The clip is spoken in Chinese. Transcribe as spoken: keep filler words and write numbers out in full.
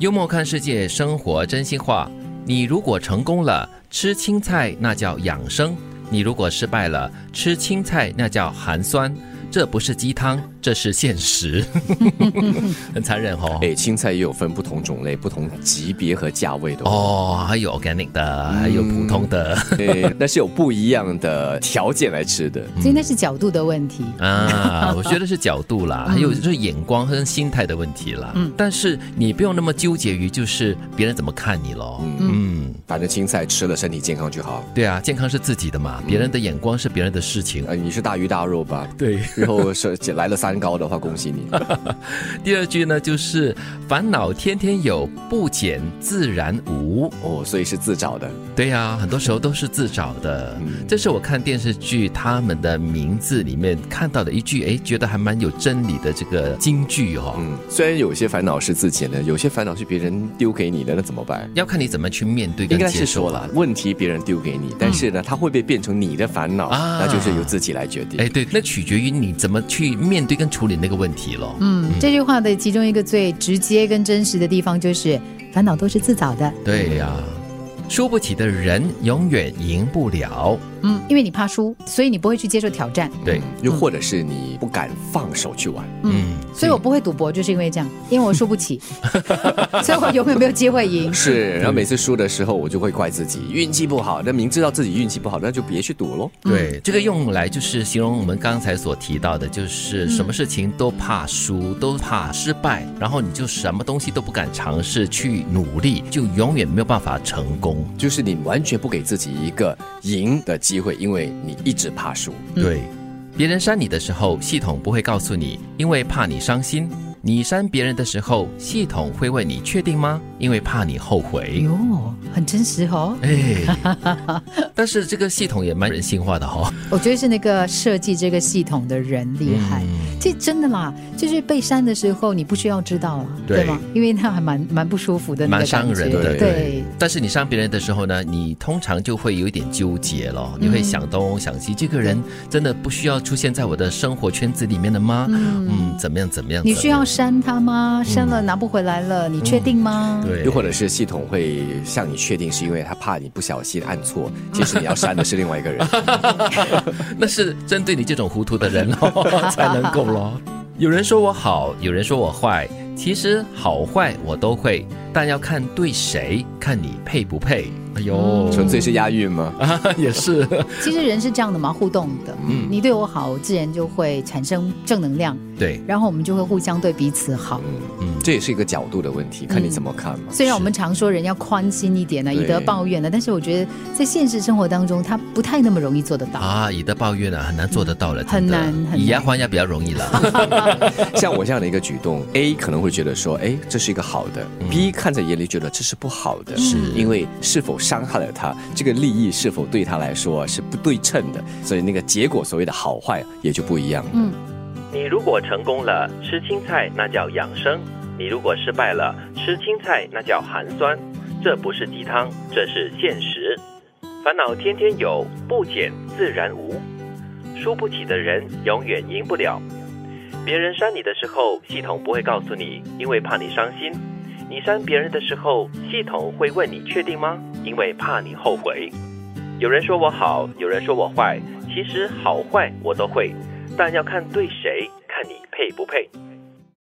幽默看世界，生活真心话。你如果成功了，吃青菜那叫养生；你如果失败了，吃青菜那叫寒酸。这不是鸡汤，这是现实。很残忍哦。 哎，青菜也有分不同种类、不同级别和价位的哦，还有 organic 的，还有普通的， 对，那是有不一样的条件来吃的。 所以那是角度的问题啊，我觉得是角度啦，还有就是眼光和心态的问题啦。嗯，但是你不用那么纠结于就是别人怎么看你咯。嗯嗯， 反正青菜吃了身体健康就好。 对啊，健康是自己的嘛，别人的眼光是别人的事情。 呃，你是大鱼大肉吧？ 对。 然后是来了三高的话，恭喜你。 第二句呢，就是烦恼天天有，不减自然无。 哦，所以是自找的。 对啊，很多时候都是自找的。嗯、这是我看电视剧他们的名字里面看到的一句，哎，觉得还蛮有真理的这个金句哦。 嗯，虽然有些烦恼是自己的，有些烦恼是别人丢给你的，那怎么办？ 要看你怎么去面对跟接受。 应该是说了，问题别人丢给你，但是呢，嗯、它会不会变成你的烦恼，啊、那就是由自己来决定。 哎，对，那取决于你怎么去面对跟处理那个问题咯。 嗯，这句话的其中一个最直接跟真实的地方就是烦恼都是自找的。 对呀、啊，输不起的人永远赢不了。 嗯，因为你怕输，所以你不会去接受挑战。 对， 又或者是你不敢放手去玩。 嗯，所以我不会赌博，就是因为这样，因为我输不起，所以我永远没有机会赢。 是，然后每次输的时候，我就会怪自己运气不好。那明知道自己运气不好，那就别去赌咯。 对，嗯、这个用来就是形容我们刚才所提到的，就是什么事情都怕输，都怕失败，然后你就什么东西都不敢尝试去努力，就永远没有办法成功。 就是你完全不给自己一个赢的机会，因为你一直怕输。 对，别人删你的时候，系统不会告诉你，因为怕你伤心；你删别人的时候，系统会问你确定吗？因为怕你后悔。 哟，很真实哦。 哎，但是这个系统也蛮人性化的哦。 我觉得是那个设计这个系统的人厉害。嗯，这真的啦，就是被删的时候你不需要知道啦， 对, 对吗？因为那还蛮蛮不舒服的那个感觉， 蛮伤人的。 对, 对， 但是你伤别人的时候呢，你通常就会有一点纠结咯，你会想东想西，嗯、这个人真的不需要出现在我的生活圈子里面的吗？嗯, 嗯怎么样怎么样？ 你需要删他吗？删了拿不回来了，嗯、你确定吗？ 嗯、对， 又或者是系统会向你确定，是因为他怕你不小心按错，其实你要删的是另外一个人。 那是针对你这种糊涂的人咯才能够咯。有人说我好，有人说我坏，其实好坏我都会，但要看对谁，看你配不配。哎呦， 纯粹是押韵吗？ 啊，也是。 其实人是这样的嘛，互动的。嗯，你对我好，自然就会产生正能量。 对， 然后我们就会互相对彼此好。 嗯嗯，这也是一个角度的问题，看你怎么看嘛。 嗯、虽然我们常说人要宽心一点呢，以德报怨呢，但是我觉得在现实生活当中，他不太那么容易做得到啊。 以德报怨啊，很难做得到了， 嗯、很难很难。 以牙还牙比较容易了。 像我这样的一个举动 ，A 可能会觉得说，哎，这是一个好的、嗯、；B 看在眼里觉得这是不好的， 是因为是否伤害了他，这个利益是否对他来说是不对称的，所以那个结果所谓的好坏也就不一样了。 嗯， 你如果成功了，吃青菜那叫养生；你如果失败了，吃青菜那叫寒酸。这不是鸡汤，这是现实。烦恼天天有，不减自然无。输不起的人永远赢不了。别人删你的时候，系统不会告诉你，因为怕你伤心；你删别人的时候，系统会问你确定吗？因为怕你后悔。有人说我好，有人说我坏，其实好坏我都会，但要看对谁，看你配不配。